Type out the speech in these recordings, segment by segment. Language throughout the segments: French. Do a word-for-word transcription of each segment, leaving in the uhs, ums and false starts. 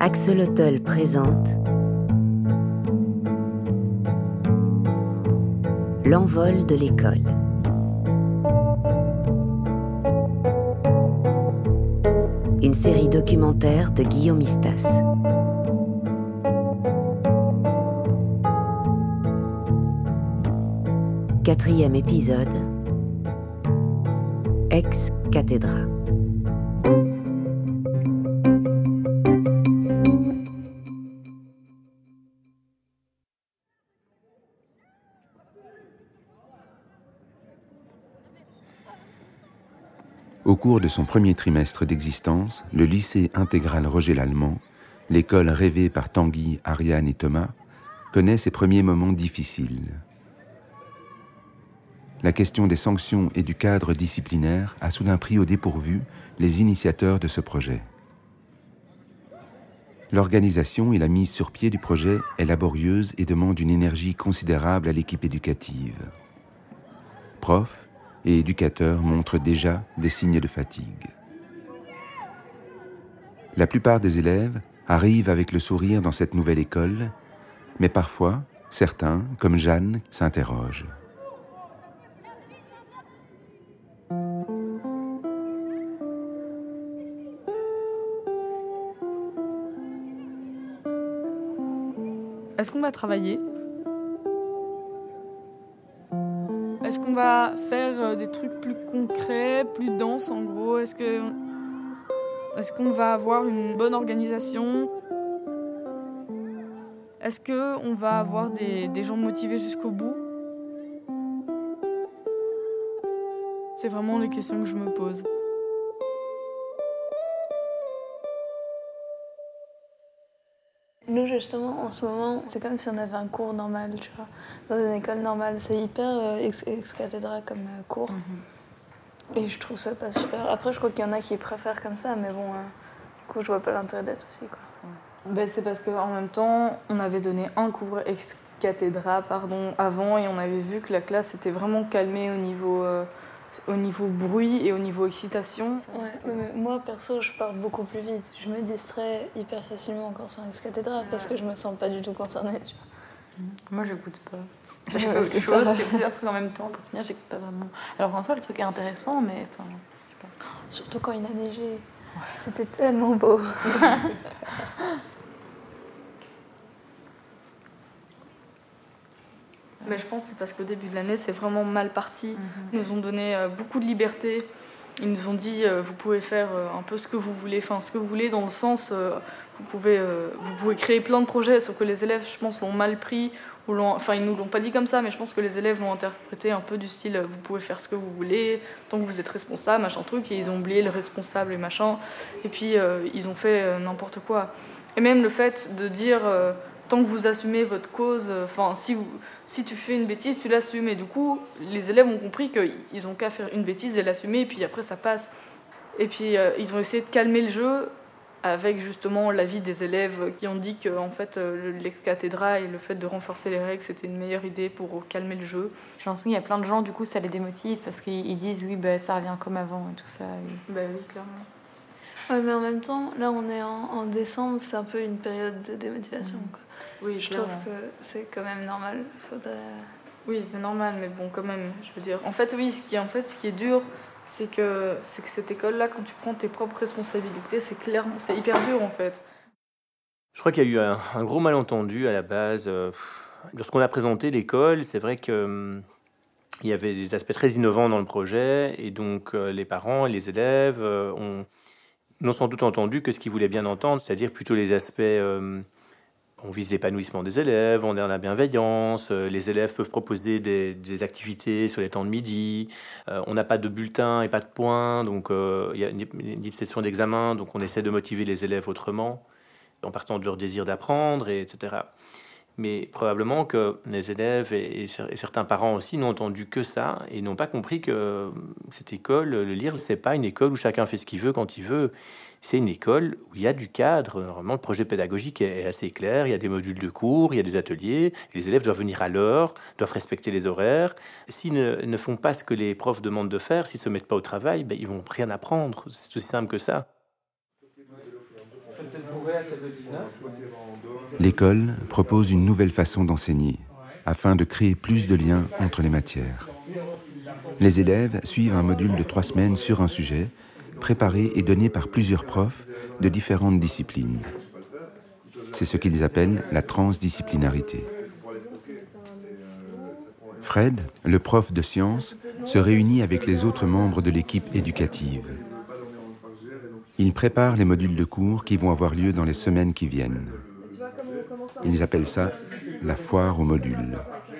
Axolotl présente L'envol de l'école. Une série documentaire de Guillaume Istas. Quatrième épisode. Ex cathedra. Au cours de son premier trimestre d'existence, le lycée intégral Roger Lallemand, l'école rêvée par Tanguy, Ariane et Thomas, connaît ses premiers moments difficiles. La question des sanctions et du cadre disciplinaire a soudain pris au dépourvu les initiateurs de ce projet. L'organisation et la mise sur pied du projet est laborieuse et demande une énergie considérable à l'équipe éducative. Profs et éducateurs montrent déjà des signes de fatigue. La plupart des élèves arrivent avec le sourire dans cette nouvelle école, mais parfois, certains, comme Jeanne, s'interrogent. Est-ce qu'on va travailler ? Est-ce qu'on va faire des trucs plus concrets, plus denses en gros ? Est-ce que, est-ce qu'on va avoir une bonne organisation ? Est-ce qu'on va avoir des, des gens motivés jusqu'au bout ? C'est vraiment les questions que je me pose. Nous, justement, en ce moment, c'est comme si on avait un cours normal, tu vois. Dans une école normale, c'est hyper euh, ex, ex cathedra comme euh, cours. Mm-hmm. Et je trouve ça pas super. Après, je crois qu'il y en a qui préfèrent comme ça, mais bon, euh, du coup, je vois pas l'intérêt d'être ici, quoi. Ouais. Ben, c'est parce qu'en même temps, on avait donné un cours ex cathedra, pardon, avant, et on avait vu que la classe s'était vraiment calmée au niveau... Euh, au niveau bruit et au niveau excitation. Ouais, mais moi, perso, je parle beaucoup plus vite. Je me distrais hyper facilement quand c'est en ex-cathédra ouais. Parce que je me sens pas du tout concernée. Tu vois. Moi, j'écoute pas. J'ai fait autre chose, j'ai plusieurs trucs en même temps. Pour finir, j'écoute pas vraiment. Alors, en soi, le truc est intéressant, mais... Enfin, je sais pas. Surtout quand il a neigé. Ouais. C'était tellement beau. Mais je pense que c'est parce qu'au début de l'année, c'est vraiment mal parti. Mm-hmm. Ils nous ont donné euh, beaucoup de liberté. Ils nous ont dit, euh, vous pouvez faire euh, un peu ce que vous voulez, enfin ce que vous voulez dans le sens, euh, vous, pouvez, euh, vous pouvez créer plein de projets, sauf que les élèves, je pense, l'ont mal pris. Ou l'ont, enfin, ils nous l'ont pas dit comme ça, mais je pense que les élèves l'ont interprété un peu du style, vous pouvez faire ce que vous voulez, tant que vous êtes responsable, machin truc. Et ils ont oublié le responsable et machin. Et puis, euh, ils ont fait euh, n'importe quoi. Et même le fait de dire... Euh, tant que vous assumez votre cause, enfin, euh, si, vous, si tu fais une bêtise, tu l'assumes. Et du coup, les élèves ont compris qu'ils n'ont qu'à faire une bêtise et l'assumer, et puis après, ça passe. Et puis, euh, ils ont essayé de calmer le jeu avec justement l'avis des élèves qui ont dit que en fait, euh, l'ex-cathédra et le fait de renforcer les règles, c'était une meilleure idée pour calmer le jeu. J'ai l'impression qu'il y a plein de gens, du coup, ça les démotive parce qu'ils disent, oui, bah, ça revient comme avant et tout ça. Et... Ben oui, clairement. Ouais, mais en même temps, là, on est en, en décembre, c'est un peu une période de démotivation, mmh. quoi. Oui, je clairement. trouve que c'est quand même normal. Faudrait... Oui, c'est normal, mais bon, quand même, je veux dire. En fait, oui, ce qui, en fait, ce qui est dur, c'est que, c'est que cette école-là, quand tu prends tes propres responsabilités, c'est clairement, c'est hyper dur, en fait. Je crois qu'il y a eu un, un gros malentendu à la base. Euh, lorsqu'on a présenté l'école, c'est vrai que euh, il y avait des aspects très innovants dans le projet, et donc euh, les parents et les élèves euh, ont n'ont sans doute entendu que ce qu'ils voulaient bien entendre, c'est-à-dire plutôt les aspects... Euh, on vise l'épanouissement des élèves, on est dans la bienveillance, euh, les élèves peuvent proposer des, des activités sur les temps de midi, euh, on n'a pas de bulletin et pas de points, donc euh, il y a une, une session d'examen, donc on essaie de motiver les élèves autrement, en partant de leur désir d'apprendre, et, etc. Mais probablement que les élèves et, et certains parents aussi n'ont entendu que ça et n'ont pas compris que cette école, le L I R L, c'est pas une école où chacun fait ce qu'il veut quand il veut. C'est une école où il y a du cadre. Normalement, le projet pédagogique est assez clair. Il y a des modules de cours, il y a des ateliers. Et les élèves doivent venir à l'heure, doivent respecter les horaires. S'ils ne, ne font pas ce que les profs demandent de faire, s'ils ne se mettent pas au travail, ben, ils ne vont rien apprendre. C'est aussi simple que ça. L'école propose une nouvelle façon d'enseigner, afin de créer plus de liens entre les matières. Les élèves suivent un module de trois semaines sur un sujet, préparé et donné par plusieurs profs de différentes disciplines. C'est ce qu'ils appellent la transdisciplinarité. Fred, le prof de sciences, se réunit avec les autres membres de l'équipe éducative. Ils préparent les modules de cours qui vont avoir lieu dans les semaines qui viennent. Ils appellent ça la foire aux modules.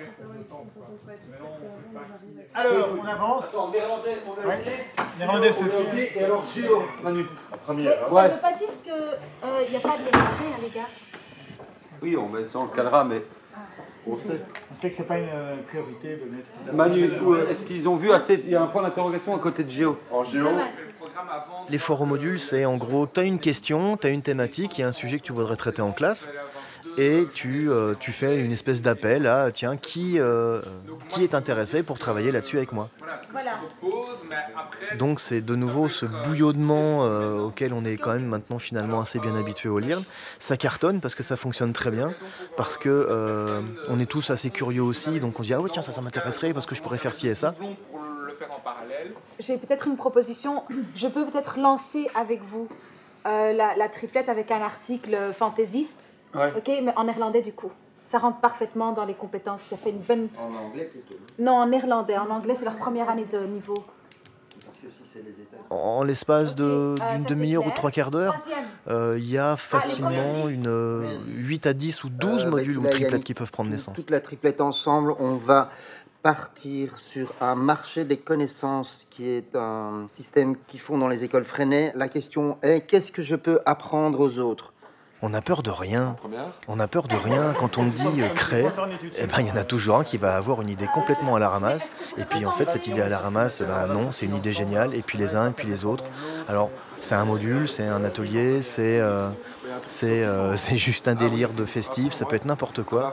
Alors, on avance. Ouais. Néerlandais, c'est qui? Et alors, Géo, Manu. Mais ça ne veut pas dire qu'il n'y a pas de néerlandais, hein, les gars. Oui, on met ça en cadra, mais on sait. On sait que c'est pas une euh, priorité de mettre. Manu, est-ce qu'ils ont vu assez? Il y a un point d'interrogation à côté de Géo. En Géo. Les foires aux modules, c'est en gros, tu as une question, tu as une thématique, il y a un sujet que tu voudrais traiter en classe, et tu, euh, tu fais une espèce d'appel à, tiens, qui, euh, qui est intéressé pour travailler là-dessus avec moi. Voilà. Donc c'est de nouveau ce bouillonnement euh, auquel on est quand même maintenant finalement assez bien habitué au lire. Ça cartonne parce que ça fonctionne très bien, parce que euh, on est tous assez curieux aussi, donc on se dit ah ouais tiens ça ça m'intéresserait parce que je pourrais faire ci et ça. J'ai peut-être une proposition. Je peux peut-être lancer avec vous euh, la, la triplette avec un article fantaisiste, Ouais. ok, mais en néerlandais du coup. Ça rentre parfaitement dans les compétences. Ça fait une bonne. En anglais plutôt. Non, en néerlandais. En anglais, c'est leur première année de niveau. Parce que si c'est les États. En l'espace de, Ok, euh, d'une ça, demi-heure c'est ou clair. trois quarts d'heure, Troisième. euh, il y a facilement premiers une euh, huit à dix ou douze Euh, bah, modules tu ou l'as, triplettes Yannick. qui peuvent prendre Tout- naissance. Toute la triplette ensemble, on va partir sur un marché des connaissances qui est un système qu'ils font dans les écoles Freinet. La question est qu'est-ce que je peux apprendre aux autres? On a peur de rien. Première. On a peur de rien. Quand on dit euh, crée, eh ben, il y en a toujours un qui va avoir une idée complètement à la ramasse. Et puis en fait, cette idée à la ramasse, eh ben, non, c'est une idée géniale. Et puis les uns, et puis les autres. Alors, c'est un module, c'est un atelier, c'est, euh, c'est, euh, c'est juste un délire de festif, ça peut être n'importe quoi.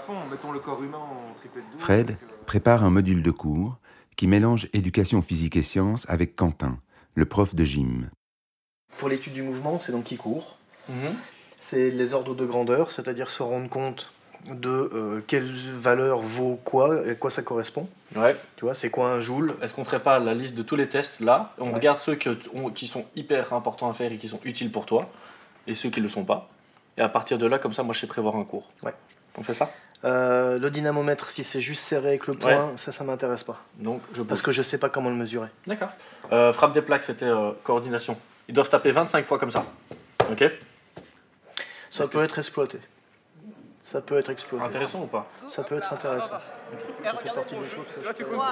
Fred prépare un module de cours qui mélange éducation physique et sciences avec Quentin, le prof de gym. Pour l'étude du mouvement, c'est donc qui court. Mhm. C'est les ordres de grandeur, c'est-à-dire se rendre compte de euh, quelle valeur vaut quoi et à quoi ça correspond. Ouais. Tu vois, c'est quoi un joule? Est-ce qu'on ferait pas la liste de tous les tests là? On Ouais. regarde ceux que, on- qui sont hyper importants à faire et qui sont utiles pour toi, et ceux qui ne le sont pas. Et à partir de là, comme ça, moi je sais prévoir un cours. Ouais. On fait ça? Euh, le dynamomètre, si c'est juste serré avec le poing, Ouais. ça, ça m'intéresse pas. Donc je Parce pose. que je sais pas comment le mesurer. D'accord. Euh, frappe des plaques, c'était euh, coordination. Ils doivent taper vingt-cinq fois comme ça. Ok? Ça peut être exploité. Ça peut être exploité. Intéressant ou pas? Ça peut être intéressant. Ça fait partie des choses que je fais.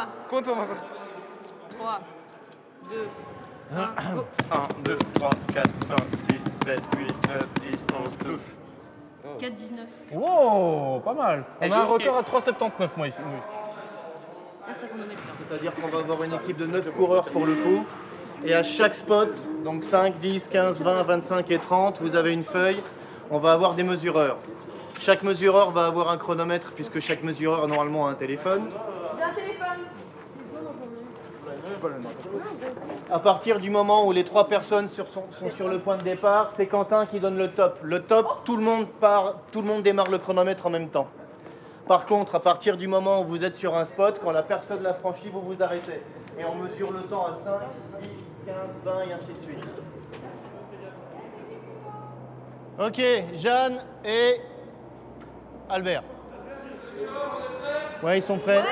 un, deux, trois, quatre, cinq, six, sept, huit, neuf, dix, onze, douze. quatre dix-neuf. Wow, pas mal. On a un record à trois virgule soixante-dix-neuf, moi, ici. Ah, c'est chronomètre. C'est-à-dire qu'on va avoir une équipe de neuf coureurs pour le coup. Et à chaque spot, donc cinq, dix, quinze, vingt, vingt-cinq et trente, vous avez une feuille. On va avoir des mesureurs. Chaque mesureur va avoir un chronomètre puisque chaque mesureur normalement a un téléphone. J'ai un téléphone. À partir du moment où les trois personnes sur son- sont sur le point de départ, c'est Quentin qui donne le top. Le top, tout le monde part, tout le monde démarre le chronomètre en même temps. Par contre, à partir du moment où vous êtes sur un spot, quand la personne l'a franchi, vous vous arrêtez. Et on mesure le temps à cinq, dix, quinze, vingt et ainsi de suite. Ok, Jeanne et Albert. Ouais, ils sont prêts.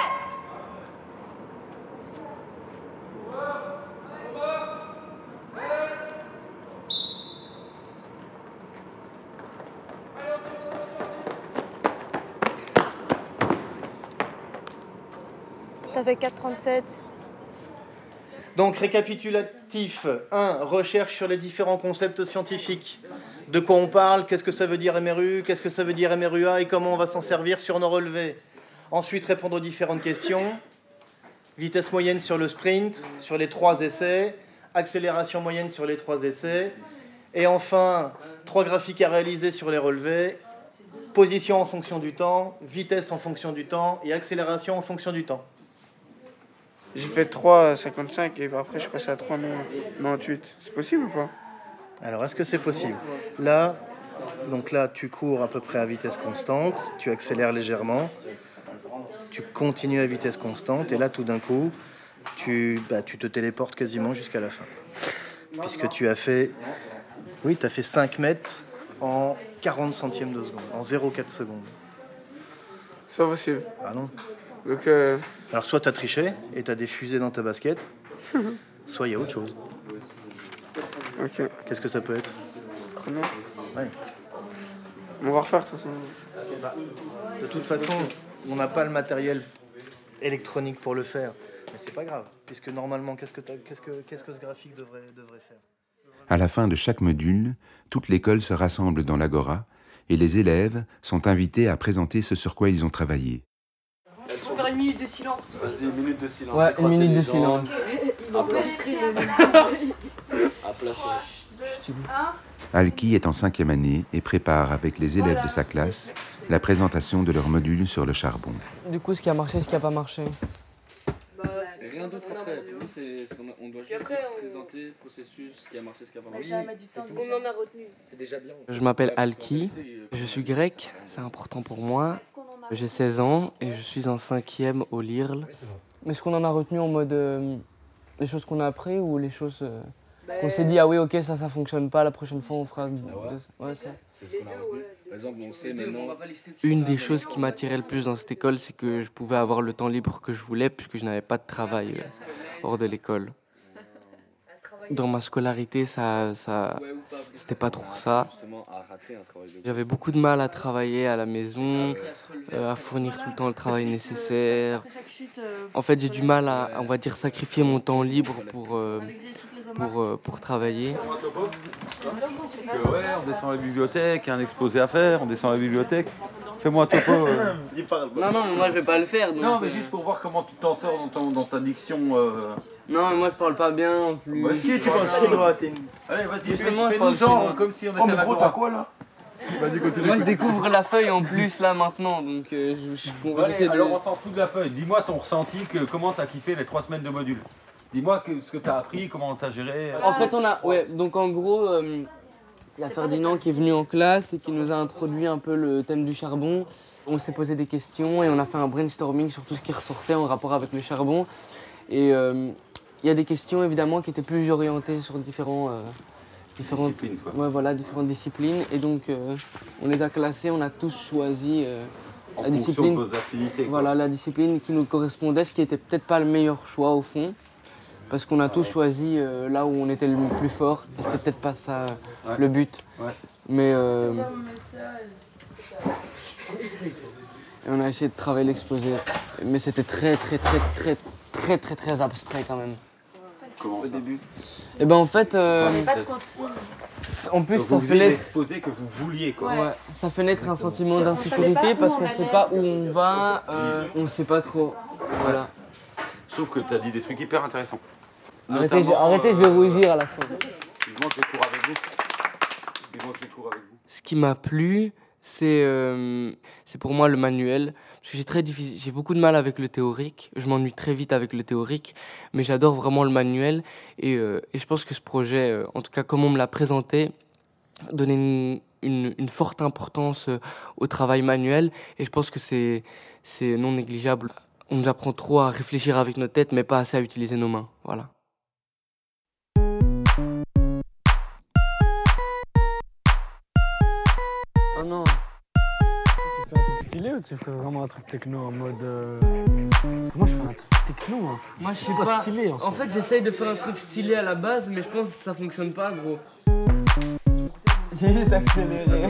T'as fait quatre trente-sept. Donc, récapitulatif. un. Recherche sur les différents concepts scientifiques. De quoi on parle, qu'est-ce que ça veut dire M R U, qu'est-ce que ça veut dire M R U A et comment on va s'en servir sur nos relevés. Ensuite, répondre aux différentes questions. Vitesse moyenne sur le sprint, sur les trois essais. Accélération moyenne sur les trois essais. Et enfin, trois graphiques à réaliser sur les relevés. Position en fonction du temps, vitesse en fonction du temps et accélération en fonction du temps. J'ai fait trois cinquante-cinq et après je suis passé à trois quatre-vingt-dix-huit. C'est possible ou pas? Alors, est-ce que c'est possible? Là, Donc là, tu cours à peu près à vitesse constante, tu accélères légèrement, tu continues à vitesse constante, et là, tout d'un coup, tu, bah, tu te téléportes quasiment jusqu'à la fin. Puisque tu as fait, oui, tu as fait cinq mètres en quarante centièmes de seconde, en zéro virgule quatre secondes. C'est pas possible. Ah non. Donc, euh... Alors soit tu as triché et tu as des fusées dans ta basket, soit il y a autre chose. Ok. Qu'est-ce que ça peut être? Chrono. Ouais. On va refaire de toute façon. Bah, de toute façon, on n'a pas le matériel électronique pour le faire. Mais c'est pas grave, puisque normalement, qu'est-ce que, qu'est-ce que, qu'est-ce que ce graphique devrait, devrait faire? À la fin de chaque module, toute l'école se rassemble dans l'agora et les élèves sont invités à présenter ce sur quoi ils ont travaillé. Il faut faire une minute de silence. Vas-y, une minute de silence. Ouais, une minute de silence. On peut inscrire. À place. Alki est en cinquième année et prépare avec les élèves de sa classe la présentation de leur module sur le charbon. Du coup, ce qui a marché, ce qui n'a pas marché. Rien d'autre après. Nous, c'est, on doit juste après, on... présenter le processus, ce qui a marché, ce qui n'a pas marché. Ça va mettre du temps. Ce qu'on en a retenu. C'est déjà bien. Je m'appelle Alki, je suis grec, c'est important pour moi. J'ai seize ans et je suis en cinquième au L I R L. Mais ce qu'on en a retenu en mode euh, les choses qu'on a appris ou les choses euh, qu'on s'est dit, ah oui, ok, ça, ça fonctionne pas, la prochaine fois on fera. Ah ouais, ouais, ça. C'est ce qu'on a retenu. Par exemple, on sait maintenant. Une des choses qui m'attirait le plus dans cette école, c'est que je pouvais avoir le temps libre que je voulais puisque je n'avais pas de travail euh, hors de l'école. Dans ma scolarité, ça, ça, c'était pas trop ça. J'avais beaucoup de mal à travailler à la maison, euh, à fournir tout le temps le travail nécessaire. En fait, j'ai du mal à, on va dire, sacrifier mon temps libre pour, euh, pour, euh, pour travailler. Que, ouais, on descend à la bibliothèque, il y a un exposé à faire, on descend à la bibliothèque. Fais-moi un topo. Euh... Non, non, mais moi je vais pas le faire. Donc, non, mais euh... juste pour voir comment tu t'en sors dans, ton, dans ta diction. Euh... Non, mais moi je parle pas bien en plus. Bah, si, tu parles chinois, t'es une. Allez, vas-y, justement, je parle genre chinois. Comme si on était oh, mais à la gros, t'as quoi là? Vas-y, continue. Moi je découvre la feuille en plus là maintenant, donc euh, je, je, je Allez, de... alors on s'en fout de la feuille. Dis-moi ton ressenti, que, comment t'as kiffé les trois semaines de module. Dis-moi que, ce que t'as appris, comment t'as géré. En fait, on a. Ouais, donc en gros. Euh... Il y a Ferdinand qui est venu en classe et qui nous a introduit un peu le thème du charbon. On s'est posé des questions et on a fait un brainstorming sur tout ce qui ressortait en rapport avec le charbon. Et euh, il y a des questions évidemment qui étaient plus orientées sur différents, euh, différentes disciplines. Quoi. Ouais, voilà, différentes disciplines. Et donc euh, on les a classés, on a tous choisi euh, en la fonction discipline. De vos affinités. Quoi. Voilà, la discipline qui nous correspondait, ce qui n'était peut-être pas le meilleur choix au fond. Parce qu'on a tous choisi euh, là où on était le plus fort. Et c'était peut-être pas ça ouais. le but. Ouais. Mais euh, et on a essayé de travailler l'exposé. Mais c'était très très très très très très très abstrait quand même. Comment au ça début. Et ben en fait. Euh, pas de consigne. En plus, donc ça vous fait naître. l'exposé que vous vouliez quoi. Ouais. Ça fait naître un sentiment d'insécurité parce qu'on sait pas où on va. Euh, on sait pas trop. Voilà. Je trouve que tu as dit des trucs hyper intéressants. Arrêtez, je, arrêtez euh, je vais rougir à la fin. Dis-moi que je cours avec vous. Dis-moi que je cours avec vous. Ce qui m'a plu, c'est euh, c'est pour moi le manuel. Parce que j'ai, très difficile, j'ai beaucoup de mal avec le théorique. Je m'ennuie très vite avec le théorique. Mais j'adore vraiment le manuel. Et, euh, et je pense que ce projet, euh, en tout cas comme on me l'a présenté, donnait une, une, une forte importance euh, au travail manuel. Et je pense que c'est, c'est non négligeable. On nous apprend trop à réfléchir avec notre tête, mais pas assez à utiliser nos mains. Voilà. Oh non. Tu fais un truc stylé ou tu fais vraiment un truc techno en mode... Euh... Moi je fais un truc techno. Hein. Moi je sais pas, pas stylé en, en fait j'essaye de faire un truc stylé à la base, mais je pense que ça fonctionne pas gros. J'ai juste accéléré.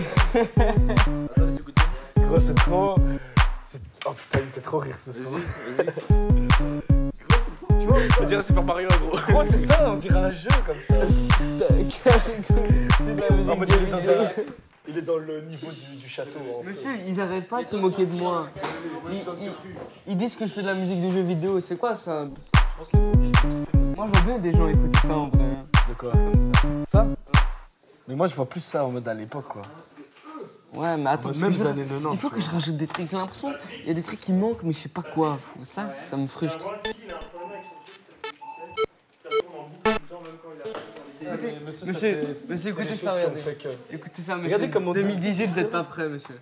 Gros c'est trop... C'est... Oh putain il me fait trop rire ce son. Vas-y, vas-y. Tu vois, on dirait Super Mario gros. Gros c'est ça, on dirait un jeu comme ça. J'ai de la musique en de dans un... Il est dans le niveau du, du château. En Monsieur, fait. Ils arrêtent pas de se moquer de moi. Ils, ils, ils disent que je fais de la musique de jeux vidéo. C'est quoi ça? Moi, je vois bien des gens écouter ça en vrai. De quoi? Comme ça. Ça? Mais moi, je vois plus ça en mode à l'époque, quoi. Ouais, mais attends, même les années quatre-vingt-dix. Il faut que je rajoute des trucs. J'ai l'impression il y a des trucs qui manquent, mais je sais pas quoi. Ça, ça me frustre. Écoutez, monsieur, monsieur, ça, c'est- monsieur, c'est écoutez les ça, choses regardez. qu'on fait que- Écoutez ça, monsieur. Regardez comment deux mille dix-huit, vous n'êtes pas prêt, monsieur.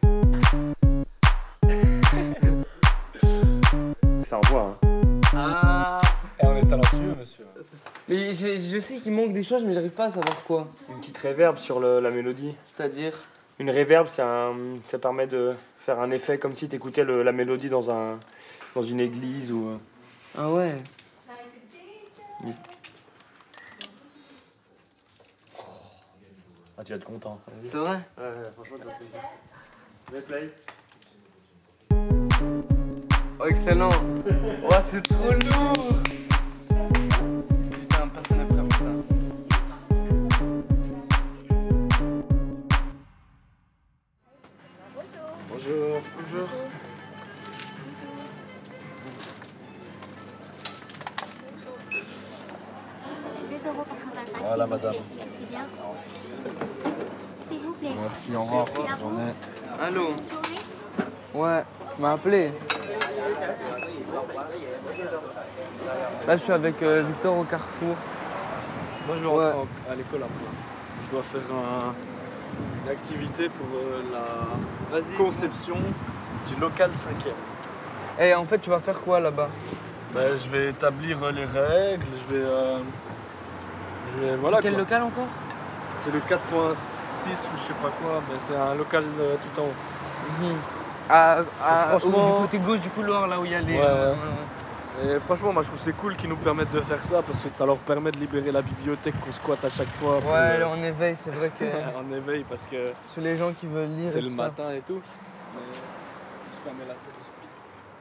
Ça envoie, hein. Ah. Et on est talentueux, monsieur. Mais je, je sais qu'il manque des choses, mais j'arrive pas à savoir quoi. Une petite réverb sur le- la mélodie. C'est-à-dire? Une réverb, c'est un, ça permet de faire un effet comme si tu écoutais la mélodie dans, un, dans une église ou... Ah ouais. Oui. Ah, tu vas être content. C'est vrai? Ouais, ouais, franchement, tu vas te plaisir. Mets play. Oh, excellent. Oh, c'est trop lourd. Putain, personne n'est prêt pour ça. Bonjour. Bonjour. deux euros quatre-vingt-cinq. Voilà, madame. C'est bien. S'il vous plaît. Merci, au revoir. Merci à Bonne vous. journée. Allô? Ouais, tu m'as appelé. Là, je suis avec euh, Victor au Carrefour. Moi, je vais rentrer en- à l'école après. Je dois faire un- une activité pour euh, la conception du local cinquième. Et en fait, tu vas faire quoi là-bas? Ben, je vais établir euh, les règles, je vais... euh, je vais voilà, C'est quel quoi. local encore? C'est le quatre point six ou je sais pas quoi, mais c'est un local euh, tout en haut. Mhm. Ah, ah, franchement- au- du côté gauche du couloir, là où il y a les... Ouais. euh, Et franchement, moi je trouve que c'est cool qu'ils nous permettent de faire ça parce que ça leur permet de libérer la bibliothèque qu'on squatte à chaque fois. pour, Ouais, euh, on éveille, c'est vrai que... on éveille parce que Sur les gens qui veulent lire c'est et le tout ça. matin et tout. Mais je fermais la salle de split.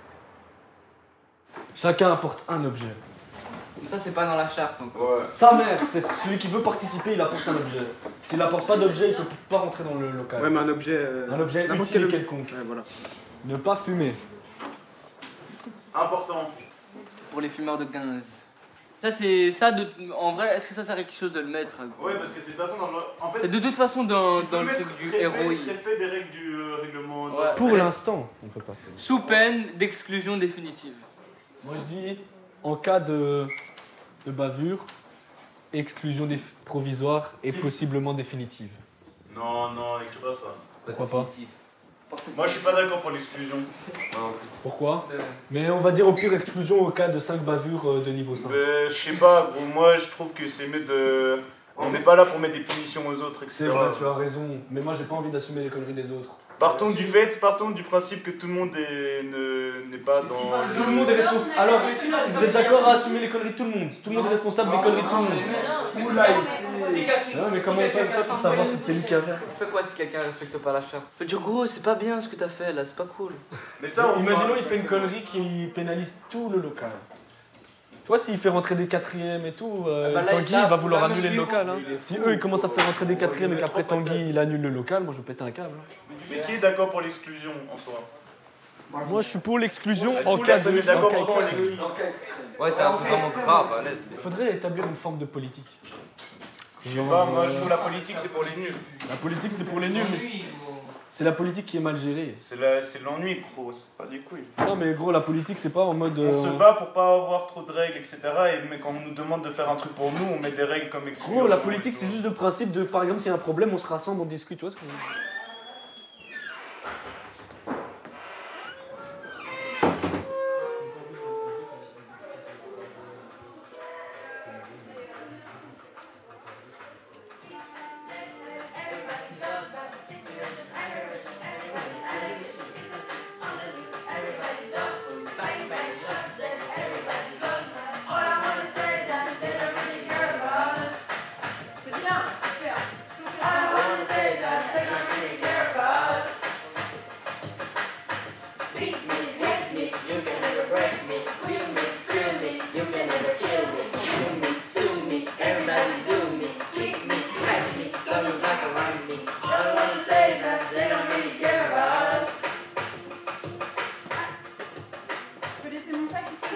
Chacun apporte un objet. Ça, c'est pas dans la charte encore. Sa mère, c'est celui qui veut participer, il apporte un objet. S'il apporte pas d'objet, il peut pas rentrer dans le local. Ouais, mais un objet. euh, Un objet n'importe utile quel et objet. quelconque. Ouais, voilà. Ne pas fumer. Important. Pour les fumeurs de gaz. Ça, c'est ça de... En vrai, est-ce que ça sert à quelque chose de le mettre? Ouais, parce que c'est de toute façon dans le. En fait, C'est de toute façon dans, tu peux dans le mettre truc du respect, héroïque. respect des règles du euh, règlement. Ouais. Pour l'instant, on peut pas fumer. Sous peine d'exclusion définitive. Moi je dis, en cas de, de bavure, exclusion déf- provisoire et possiblement définitive. Non, non, n'écris pas ça. Pourquoi pas? Moi, je suis pas d'accord pour l'exclusion. Pourquoi? Mais on va dire au pire exclusion au cas de cinq bavures euh, de niveau cinq. Mais je sais pas, gros, moi je trouve que c'est mieux de. On n'est pas là pour mettre des punitions aux autres, et cetera. C'est vrai, tu as raison, mais moi j'ai pas envie d'assumer les conneries des autres. Partons du fait, partons du principe que tout le monde est- ne- n'est pas dans. Tout le monde est responsable. Alors, vous êtes d'accord à assumer les conneries de tout le monde? Tout le monde est responsable des conneries de tout le monde. Non, mais comment on peut faire pour savoir si c'est lui qui a fait? On fait quoi si quelqu'un respecte pas la charte? On peut dire, gros, c'est pas bien ce que t'as fait là, c'est pas cool. Mais ça, on Imaginons, fera- il fait une connerie qui pénalise tout le local. Tu vois, s'il fait rentrer des quatrièmes et tout, euh, Ah bah là, Tanguy là, il va vouloir là, annuler le lui, local. Hein. il est Si fou. eux ils commencent à faire rentrer des quatrièmes et qu'après Tanguy il annule le local, moi je vais péter un câble. hein. Mais qui est d'accord pour l'exclusion en soi? Moi je suis pour l'exclusion Ouais, en sous cas la- de. d'accord en cas pour extrême. l'exclusion. Ouais, c'est un truc vraiment grave, à l'aise. Il faudrait établir une forme de politique. Je sais pas, moi je trouve la politique c'est pour les nuls. La politique c'est pour les nuls, mais c'est la politique qui est mal gérée. C'est la- c'est l'ennui, gros, c'est pas des couilles. Non mais gros, la politique c'est pas en mode. On se euh, bat pour pas avoir trop de règles, et cetera. Et mais quand on nous demande de faire un truc pour nous, on met des règles comme exclusion. Gros, la politique c'est juste le principe de, par exemple, s'il y a un problème, on se rassemble, on discute, tu vois ce que je veux dire? C'est bien, super, super. Je peux laisser mon sac ici?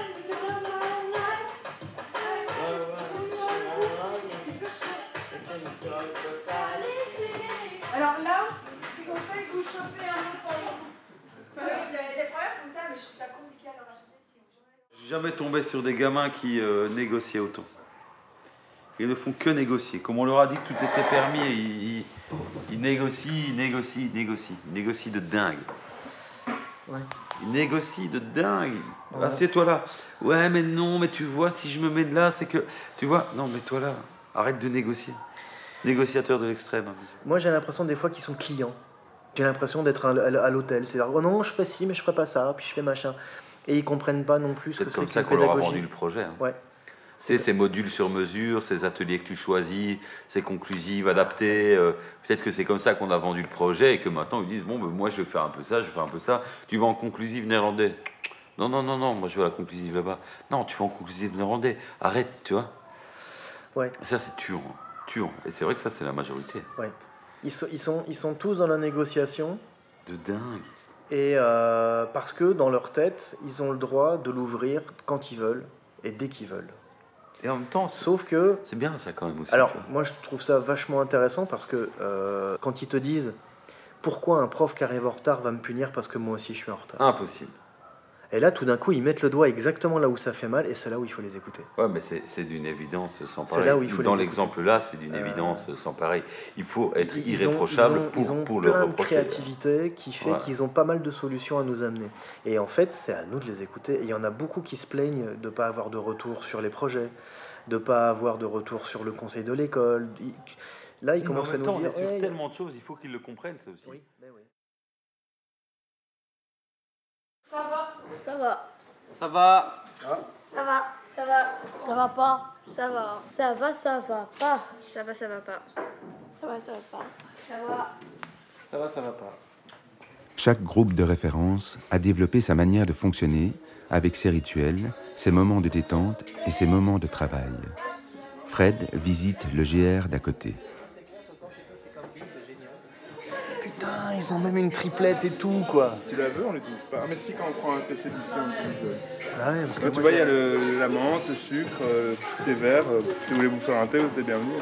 Alors là, c'est comme ça que vous chopez un peu pendant. Des problèmes comme ça, mais je trouve ça compliqué à leur acheter. Je suis jamais tombé sur des gamins qui euh, négociaient autant. Ils ne font que négocier. Comme on leur a dit que tout était permis, ils, ils, ils négocient, ils négocient, ils négocient. Ils négocient de dingue. Ouais. Ils négocient de dingue. Ouais. Assieds-toi là. Ouais, mais non, mais tu vois, si je me mets de là, c'est que... Tu vois, non, mets-toi là. Arrête de négocier. Négociateur de l'extrême. Moi, j'ai l'impression des fois qu'ils sont clients. J'ai l'impression d'être à l'hôtel. C'est oh non, je fais ci, mais je ferai pas ça, puis je fais machin. Et ils comprennent pas non plus ce que c'est que la pédagogie. C'est comme ça qu'on leur a vendu le projet. Hein. Ouais. C'est ces modules sur mesure, ces ateliers que tu choisis, ces conclusives adaptées. Euh, peut-être que c'est comme ça qu'on a vendu le projet et que maintenant ils disent bon, ben, moi je vais faire un peu ça, je vais faire un peu ça. Tu vas en conclusive néerlandais. Non, non, non, non, moi je vais à la conclusive là-bas. Non, tu vas en conclusive néerlandais. Arrête, tu vois. Ouais. Et ça, c'est tuant. tuant. Et c'est vrai que ça, c'est la majorité. Ouais. Ils sont, ils, sont, ils sont tous dans la négociation. De dingue. Et euh, parce que dans leur tête, ils ont le droit de l'ouvrir quand ils veulent et dès qu'ils veulent. Et en même temps, sauf que c'est bien ça quand même aussi. Alors moi je trouve ça vachement intéressant parce que euh, quand ils te disent pourquoi un prof qui arrive en retard va me punir parce que moi aussi je suis en retard. Impossible. Et là tout d'un coup ils mettent le doigt exactement là où ça fait mal et c'est là où il faut les écouter. Ouais, mais c'est, c'est d'une évidence sans pareil. C'est là où il faut Dans les l'exemple là, c'est d'une euh... évidence sans pareil. Il faut être ils irréprochable ont, ils ont, pour, ils ont pour le reprocher. Ils ont plein de créativité qui fait ouais. qu'ils ont pas mal de solutions à nous amener. Et en fait c'est à nous de les écouter. Et il y en a beaucoup qui se plaignent de ne pas avoir de retour sur les projets, de ne pas avoir de retour sur le conseil de l'école. Là, ils commencent à nous temps, dire... On est sur hey, tellement de choses, il faut qu'ils le comprennent, ça aussi. Oui, mais oui. Ça va. Ça va. Ça va. Ah. Ça va. Ça va. Ça va pas. Ça va. Ça va, ça va pas. Ça va, ça va pas. Ça va, ça va pas. Ça va. Ça va, ça va pas. Chaque groupe de référence a développé sa manière de fonctionner avec ses rituels, ses moments de détente et ses moments de travail. Fred visite le G R d'à côté. Putain, ils ont même une triplette et tout, quoi. Tu la veux, on l'utilise pas. Ah, mais si, quand on prend un P C d'ici, on l'utilise. Ah ouais, parce que tu vois, il y a le, la menthe, le sucre, euh, thé vert. Euh, si vous voulez vous faire un thé, vous êtes bienvenus.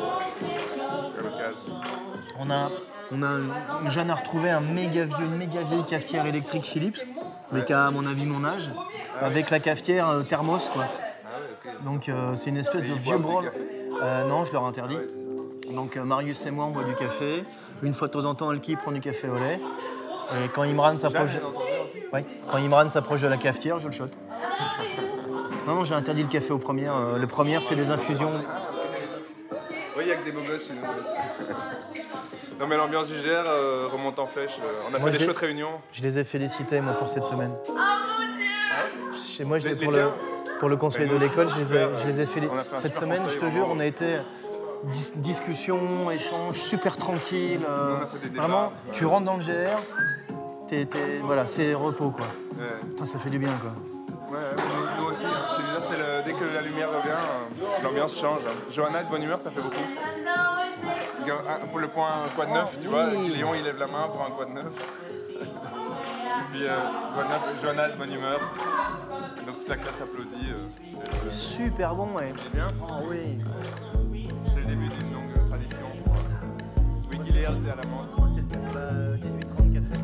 Hein. On a... On a un jeune à retrouver un méga vieux, une méga vieille cafetière électrique Philips, mais ouais. qui a à mon avis mon âge, ah avec ouais. la cafetière euh, thermos quoi. Ah ouais, okay. Donc euh, c'est une espèce et de vieux branle. Euh, non, je leur interdis. Ouais, Donc euh, Marius et moi on boit du café. Une fois de temps en temps, Alki prend du café au lait. Et quand Imran s'approche, ouais, quand Imran s'approche de la cafetière, je le shot. Non, non, j'ai interdit le café aux premières. Euh, les premières, c'est des infusions. Oui, il n'y a que des beaux gosses chez nous. Non mais l'ambiance du G R euh, remonte en flèche. On a moi, fait des chouettes réunions. Je les ai félicités moi pour cette semaine. Oh mon Dieu. Chez moi, je pour, le, pour le conseil de l'école, je les ai, je les ai félicités. Cette semaine, conseil, je te jure, on a été dis- discussion, échange, super tranquille. Euh, vraiment, tu rentres dans le G R, t'es, t'es, voilà, c'est repos quoi. Ouais. Putain, ça fait du bien quoi. Ouais, nous aussi. C'est bizarre, c'est le, dès que la lumière revient, euh, l'ambiance change. Johanna de bonne humeur, ça fait beaucoup. Pour le point quad neuf, tu vois, Léon il lève la main pour un quad neuf. Puis euh, Johanna de bonne humeur. Donc toute la classe applaudit. Euh, Super bon, ouais. C'est bien. Oh oui. C'est le début d'une longue tradition pour euh, Wiggy Léa à la menthe. C'est le dix-huit trente café.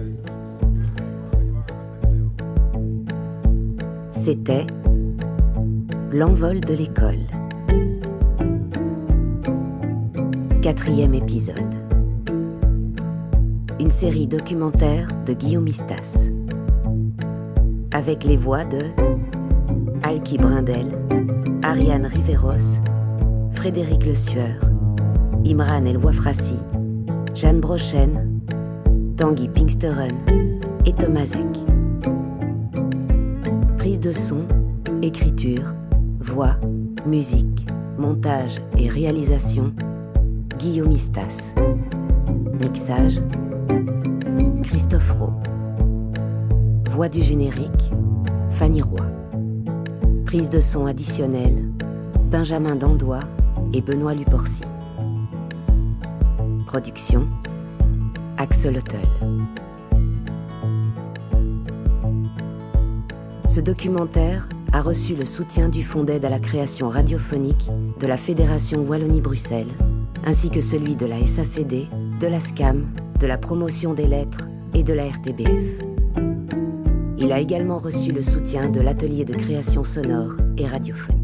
C'était L'envol de l'école. Quatrième épisode. Une série documentaire de Guillaume Istas. Avec les voix de Alki Brindel, Ariane Riveros, Frédéric Le Sueur, Imran El Wafrassi, Jeanne Brochen, Tanguy Pinksteren et Thomas Eck. Prise de son, écriture, voix, musique, montage et réalisation, Guillaume Istas. Mixage, Christophe Rowe. Voix du générique, Fanny Roy. Prise de son additionnelle, Benjamin Dandois et Benoît Luporcy. Production, Axolotl. Ce documentaire a reçu le soutien du Fonds d'aide à la création radiophonique de la Fédération Wallonie-Bruxelles, ainsi que celui de la S A C D, de la S C A M, de la Promotion des Lettres et de la R T B F. Il a également reçu le soutien de l'Atelier de création sonore et radiophonique.